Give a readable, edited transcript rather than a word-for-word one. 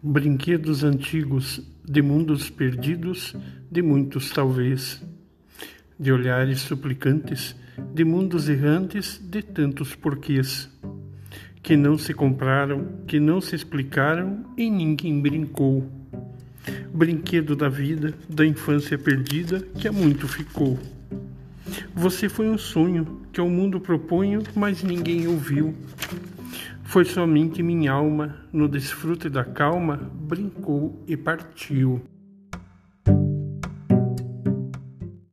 Brinquedos antigos de mundos perdidos, de muitos talvez, de olhares suplicantes, de mundos errantes, de tantos porquês, que não se compraram, que não se explicaram e ninguém brincou. Brinquedo da vida, da infância perdida, que há muito ficou. Você foi um sonho que ao mundo proponho, mas ninguém ouviu. Foi somente minha alma, no desfrute da calma, brincou e partiu.